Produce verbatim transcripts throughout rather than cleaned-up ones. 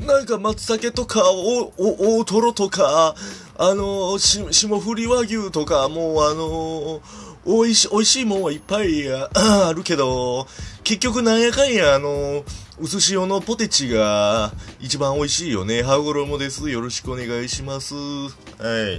なんか松茸とか、お、お、大トロとか、あの、し、霜降り和牛とか、もうあの、おいし、おいしいもんはいっぱいああるけど、結局なんやかんや、あの、薄塩のポテチが一番美味しいよね。羽衣です。よろしくお願いします。はい。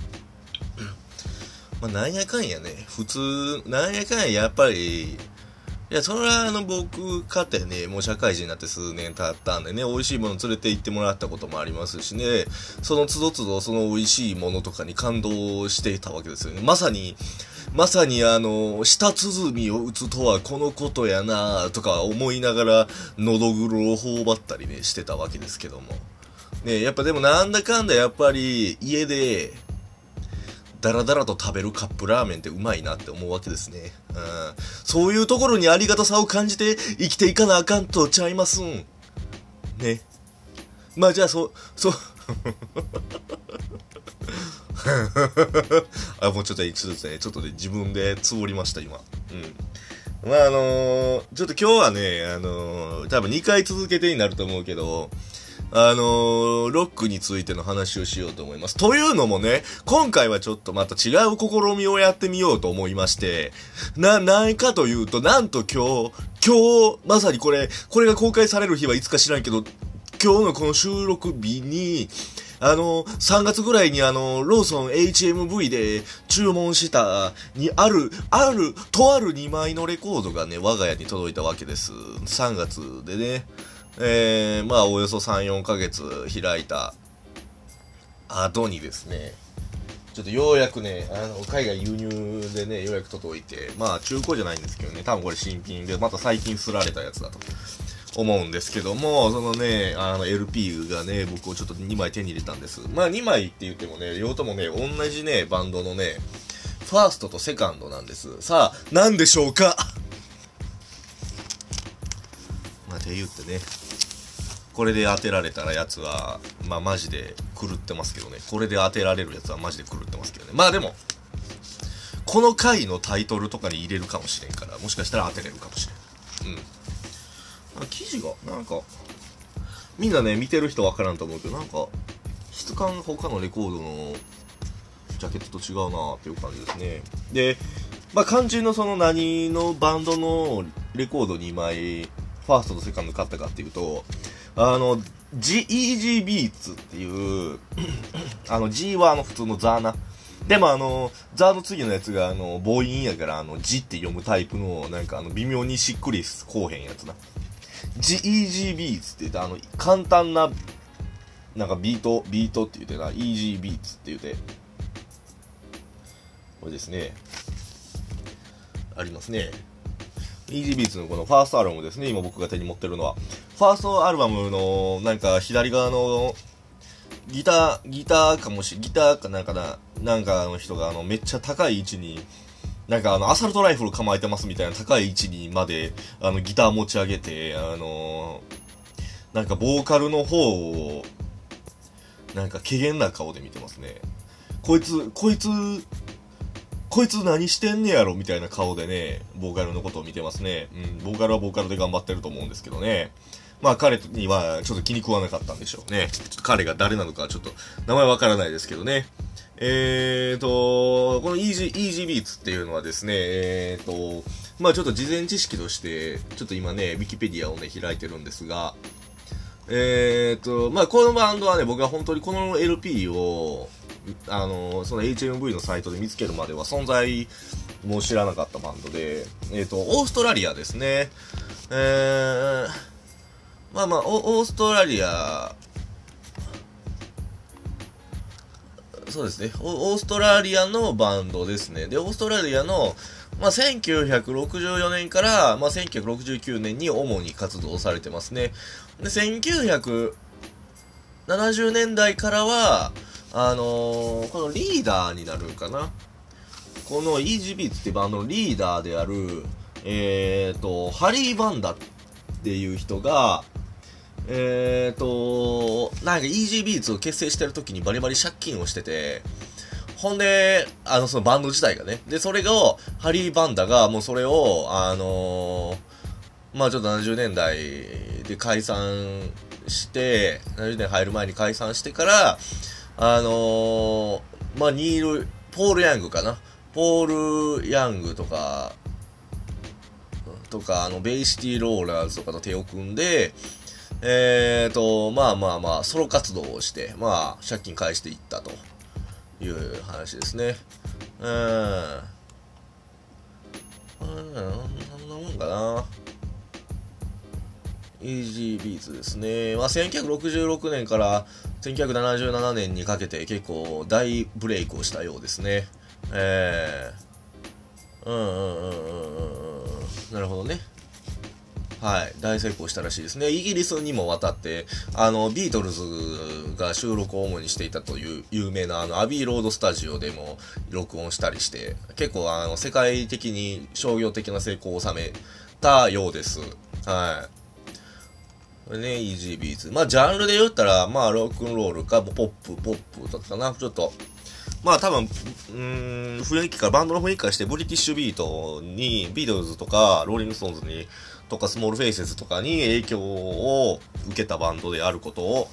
まあ、なんやかんやね、普通、なんやかんややっぱり、いや、それはあの僕かてね、もう社会人になって数年経ったんでね、美味しいもの連れて行ってもらったこともありますしね、その都度都度その美味しいものとかに感動していたわけですよね。まさに、まさにあの、舌鼓を打つとはこのことやなとか思いながら、喉黒を頬張ったりね、してたわけですけども。ね、やっぱでもなんだかんだやっぱり家で、ダラダラと食べるカップラーメンってうまいなって思うわけですね。うん。そういうところにありがたさを感じて生きていかなあかんとちゃいますん。ね。まあじゃあそ、そ、あ、もうちょっと一つですね。ちょっとね、自分でつぼりました、今。うん。まああのー、ちょっと今日はね、あのー、多分にかい続けてになると思うけど、あのー、ロックについての話をしようと思います。というのもね、今回はちょっとまた違う試みをやってみようと思いまして、な、何かというと、なんと今日、今日、まさにこれ、これが公開される日はいつか知らんけど、今日のこの収録日に、あの、さんがつぐらいにあの、ローソン エイチエムブイ で注文したにある、ある、とあるにまいのレコードがね、我が家に届いたわけです。さんがつでね。えー、まあおよそさん、よんかげつ開いた後にですね、ちょっとようやくね、あの、海外輸入でね、ようやく届いて、まあ中古じゃないんですけどね、多分これ新品で、また最近刷られたやつだと思うんですけども、そのね、あの エルピー がね、僕をちょっとにまい手に入れたんです。まあにまいって言ってもね、両方ともね、同じね、バンドのね、ファーストとセカンドなんです。さあ、なんでしょうか。まあって言ってね、これで当てられたらやつは、まあマジで狂ってますけどね。これで当てられるやつはマジで狂ってますけどね。まあでも、この回のタイトルとかに入れるかもしれんから、もしかしたら当てれるかもしれん。うん。記事が、なんか、みんなね、見てる人わからんと思うけど、なんか、質感が他のレコードのジャケットと違うなーっていう感じですね。で、まあ肝心のその何のバンドのレコードにまい、ファーストとセカンド買ったかっていうと、あの、G、イージー ビーツっていう、あの G はあの普通のザーな。でもあの、ザーの次のやつがあの、母音やからあの、G って読むタイプの、なんかあの、微妙にしっくりこうへんやつな。G、イージー ビーツって言ってあの、簡単な、なんかビート、ビートって言ってな、イージー ビーツって言って、これですね。ありますね。イージー ビーツのこのファーストアルバムですね、今僕が手に持ってるのは。ファーストアルバムの、なんか左側の、ギター、ギターかもし、ギターかなんかな、なんかの人があの、めっちゃ高い位置に、なんかあの、アサルトライフル構えてますみたいな高い位置にまで、あの、ギター持ち上げて、あのー、なんかボーカルの方を、なんか怪訝な顔で見てますね。こいつ、こいつ、こいつ何してんねやろみたいな顔でね、ボーカルのことを見てますね。うん、ボーカルはボーカルで頑張ってると思うんですけどね。まあ彼にはちょっと気に食わなかったんでしょうね。ちょっと彼が誰なのかちょっと名前わからないですけどね。えーと、この Easy, Easy Beats っていうのはですね、えーと、まあちょっと事前知識として、ちょっと今ね、ウィキペディアをね、開いてるんですが、えーと、まあこのバンドはね、僕は本当にこの エルピー を、あの、その エイチエムブイ のサイトで見つけるまでは存在も知らなかったバンドで、えーと、オーストラリアですね。えー、まあまあ、オーストラリア、そうですね。オーストラリアのバンドですね。で、オーストラリアの、まあ、せんきゅうひゃくろくじゅうよねんから、まあ、せんきゅうひゃくろくじゅうきゅうねんに主に活動されてますね。で、せんきゅうひゃくななじゅうねんだいからは、あのー、このリーダーになるかな。この イージー ビーツってバンドのリーダーである、えーと、ハリー・バンダっていう人が、えーと、なんか イージー ビーツを結成してる時にバリバリ借金をしてて、ほんで、あの、そのバンド自体がね。で、それが、ハリー・バンダが、もうそれを、あのー、 まあちょっとななじゅうねんだいで解散して、ななじゅうねん入る前に解散してから、あのー、まあニール、ポール・ヤングかな。ポール・ヤングとか、とか、あの、ベイシティ・ローラーズとかと手を組んで、えーと、まあまあまあ、ソロ活動をして、まあ、借金返していったという話ですね。うーん。うん、そんなもんかな。イージービーツですね。まあ、せんきゅうひゃくろくじゅうろくねんからせんきゅうひゃくななじゅうななねんにかけて結構大ブレイクをしたようですね。えー、うんうんうんうんうんうん。なるほどね。はい、大成功したらしいですね。イギリスにも渡って、あの、ビートルズが収録を主にしていたという有名なあの、アビーロードスタジオでも録音したりして、結構あの、世界的に商業的な成功を収めたようです。はい。ね、イージービーツ。まあ、ジャンルで言ったら、まあ、ロックンロールか、ポップ、ポップとかかな、ちょっと、まあ多分、うーん、雰囲気から、バンドの雰囲気からして、ブリティッシュビートに、ビートルズとか、ローリングストーンズに、とか、スモールフェイセスとかに影響を受けたバンドであることを、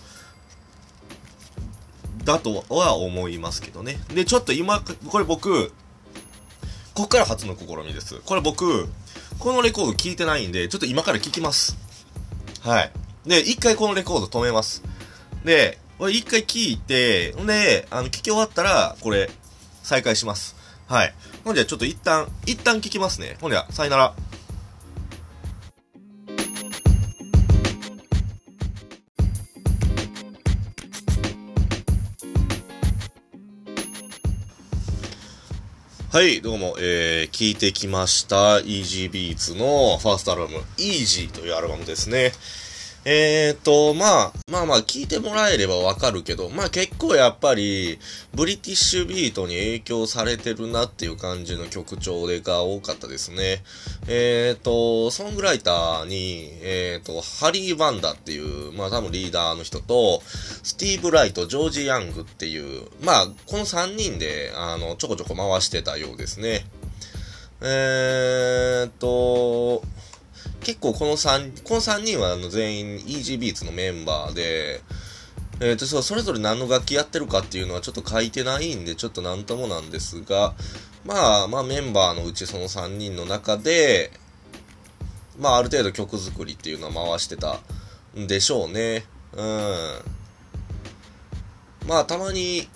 だとは思いますけどね。で、ちょっと今、これ僕、こっから初の試みです。これ僕、このレコード聞いてないんで、ちょっと今から聞きます。はい。で、一回このレコード止めます。で、これ一回聞いて、んで、あの、聞き終わったら、これ、再開します。はい。ほんじゃ、ちょっと一旦、一旦聞きますね。ほんじゃ、さよなら。はい、どうも、えー、聞いてきました。イージービーツのファーストアルバム、イージーというアルバムですね。えーと、まあ、まあまあ聞いてもらえればわかるけど、まあ結構やっぱり、ブリティッシュビートに影響されてるなっていう感じの曲調でが多かったですね。えーと、ソングライターに、えーと、ハリー・バンダっていう、まあ多分リーダーの人と、スティーブ・ライト、ジョージ・ヤングっていう、まあ、このさんにんで、あの、ちょこちょこ回してたようですね。えーと、結構この3、このさんにんはあの全員 イージービーツのメンバーで、えーと、そう、それぞれ何の楽器やってるかっていうのはちょっと書いてないんで、ちょっとなんともなんですが、まあ、まあメンバーのうちそのさんにんの中で、まあある程度曲作りっていうのは回してたんでしょうね。うん。まあたまに、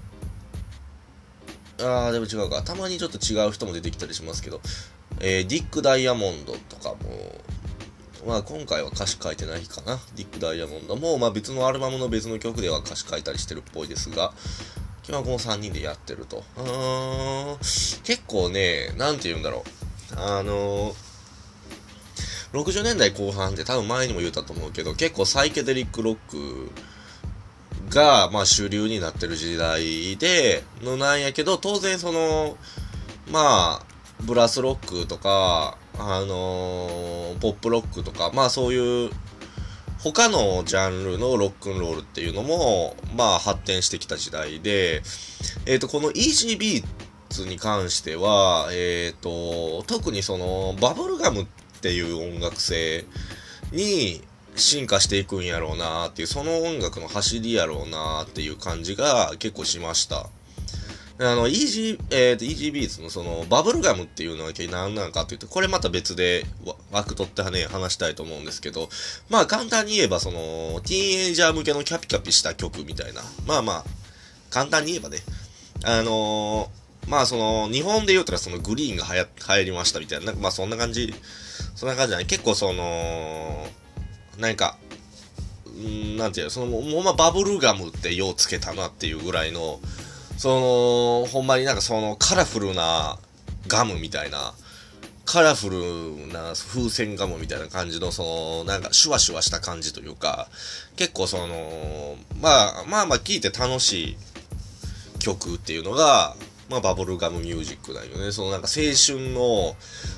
あーでも違うか。たまにちょっと違う人も出てきたりしますけど、えー、ディック・ダイヤモンドとかも、まあ今回は歌詞書いてないかな。ディック・ダイヤモンドも、まあ別のアルバムの別の曲では歌詞書いたりしてるっぽいですが、今日はこのさんにんでやってると。うーん、結構ね、なんて言うんだろう。あのー、ろくじゅうねんだいこう半って多分前にも言ったと思うけど、結構サイケデリックロックが、まあ主流になってる時代で、のなんやけど、当然その、まあ、ブラスロックとか、あのー、ポップロックとか、まあそういう、他のジャンルのロックンロールっていうのも、まあ発展してきた時代で、えっと、この イージービーツに関しては、えっと、特にその、バブルガムっていう音楽性に進化していくんやろうなっていう、その音楽の走りやろうなっていう感じが結構しました。あの、イージー、えーと、イージービーツのその、バブルガムっていうのは何なのかっていうと、これまた別で枠取ってね、話したいと思うんですけど、まあ簡単に言えばその、ティーンエイジャー向けのキャピキャピした曲みたいな。まあまあ、簡単に言えばね、あのー、まあその、日本で言うたらそのグリーンが流行、流行りましたみたいな、なんかまあそんな感じ、そんな感じじゃない。結構その、なんか、んなんていうの、その、もうまあバブルガムってようつけたなっていうぐらいの、その、ほんまになんかそのカラフルなガムみたいな、カラフルな風船ガムみたいな感じの、その、なんかシュワシュワした感じというか、結構その、まあまあまあ聴いて楽しい曲っていうのが、まあバブルガムミュージックだよね。そのなんか青春の、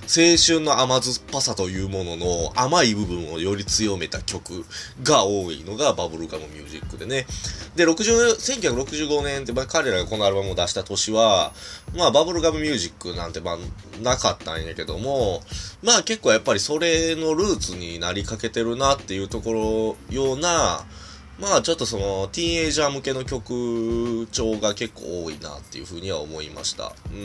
青春の甘酸っぱさというものの甘い部分をより強めた曲が多いのがバブルガムミュージックでね。で、ろくじゅう、せんきゅうひゃくろくじゅうごねんって、まあ、彼らがこのアルバムを出した年は、まあ、バブルガムミュージックなんて、まあ、なかったんやけども、まあ、結構やっぱりそれのルーツになりかけてるなっていうところような、まあ、ちょっとその、ティーンエイジャー向けの曲調が結構多いなっていうふうには思いました。うん。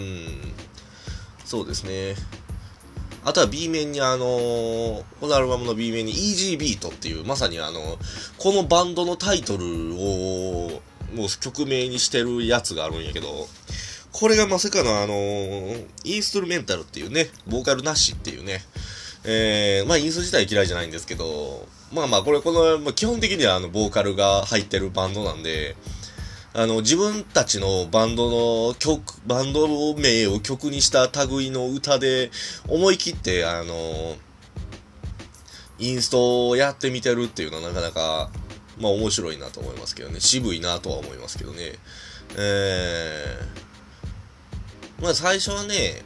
そうですね。あとは B 面にあのー、このアルバムの B 面に イージービートっていう、まさにあの、このバンドのタイトルを、もう曲名にしてるやつがあるんやけど、これがまさかのあのー、インストゥルメンタルっていうね、ボーカルなしっていうね、えー、まあインスト自体嫌いじゃないんですけど、まあまあこれこの、まあ、基本的にはあの、ボーカルが入ってるバンドなんで、あの、自分たちのバンドの曲、バンド名を曲にした類の歌で思い切って、あの、インストをやってみてるっていうのはなかなか、まあ面白いなと思いますけどね。渋いなとは思いますけどね。えー、まあ最初はね、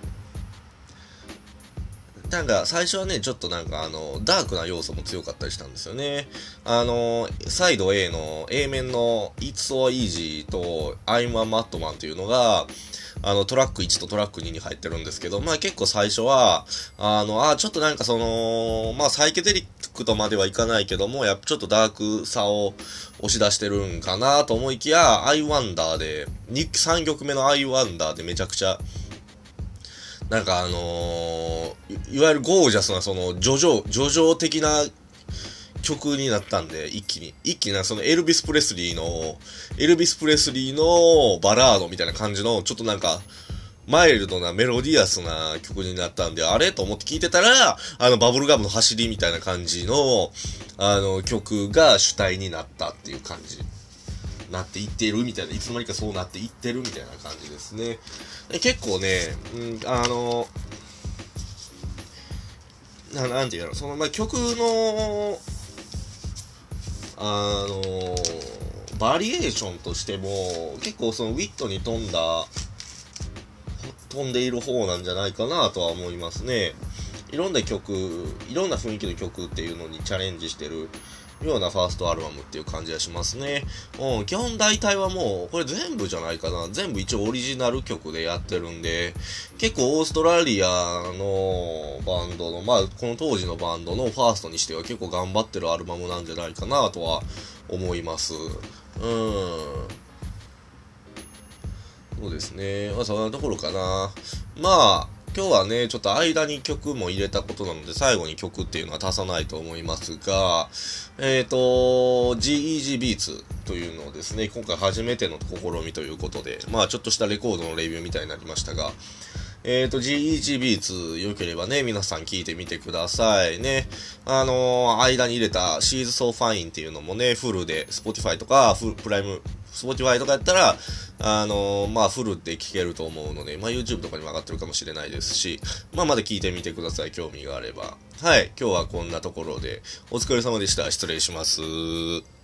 なんか、最初はね、ちょっとなんかあの、ダークな要素も強かったりしたんですよね。あの、サイド A の A 面の It's So Easy と I'm a Madman っていうのが、あの、トラックいちとトラックにに入ってるんですけど、まあ結構最初は、あの、あ、ちょっとなんかその、まあサイケデリックとまではいかないけども、やっぱちょっとダークさを押し出してるんかなと思いきや、I Wonder で、さんきょくめの I Wonder でめちゃくちゃ、なんかあのー、い, いわゆるゴージャスなその、ジョジョ、ジョジョ的な曲になったんで、一気に。一気にな、そのエルビス・プレスリーの、エルビス・プレスリーのバラードみたいな感じの、ちょっとなんか、マイルドなメロディアスな曲になったんで、あれと思って聴いてたら、あの、バブルガムの走りみたいな感じの、あの、曲が主体になったっていう感じ。なっていってるみたいな、いつの間にかそうなっていってるみたいな感じですね。で結構ね、うん、あの、な、なんていうの、その、まあ、曲の、あの、バリエーションとしても、結構そのウィットに富んだ、飛んでいる方なんじゃないかなとは思いますね。いろんな曲、いろんな雰囲気の曲っていうのにチャレンジしてるようなファーストアルバムっていう感じがしますね。うん、基本大体はもう、これ全部じゃないかな。全部一応オリジナル曲でやってるんで、結構オーストラリアのバンドの、まあ、この当時のバンドのファーストにしては結構頑張ってるアルバムなんじゃないかなとは思います。うん。そうですね。まあ、そんなところかな。まあ、今日はね、ちょっと間に曲も入れたことなので、最後に曲っていうのは足さないと思いますが、えっと、ジーイージー Beats というのをですね、今回初めての試みということで、まあちょっとしたレコードのレビューみたいになりましたが、えっと、ジーイージー Beats 良ければね、皆さん聞いてみてくださいね。あのー、間に入れた She's So Fine っていうのもね、フルで、Spotify とか、フプライム、Spotify とかやったら、あのー、まあ、フルで聴けると思うので、まあ、YouTube とかにも上がってるかもしれないですし、まあ、まだ聞いてみてください。興味があれば。はい。今日はこんなところで、お疲れ様でした。失礼します。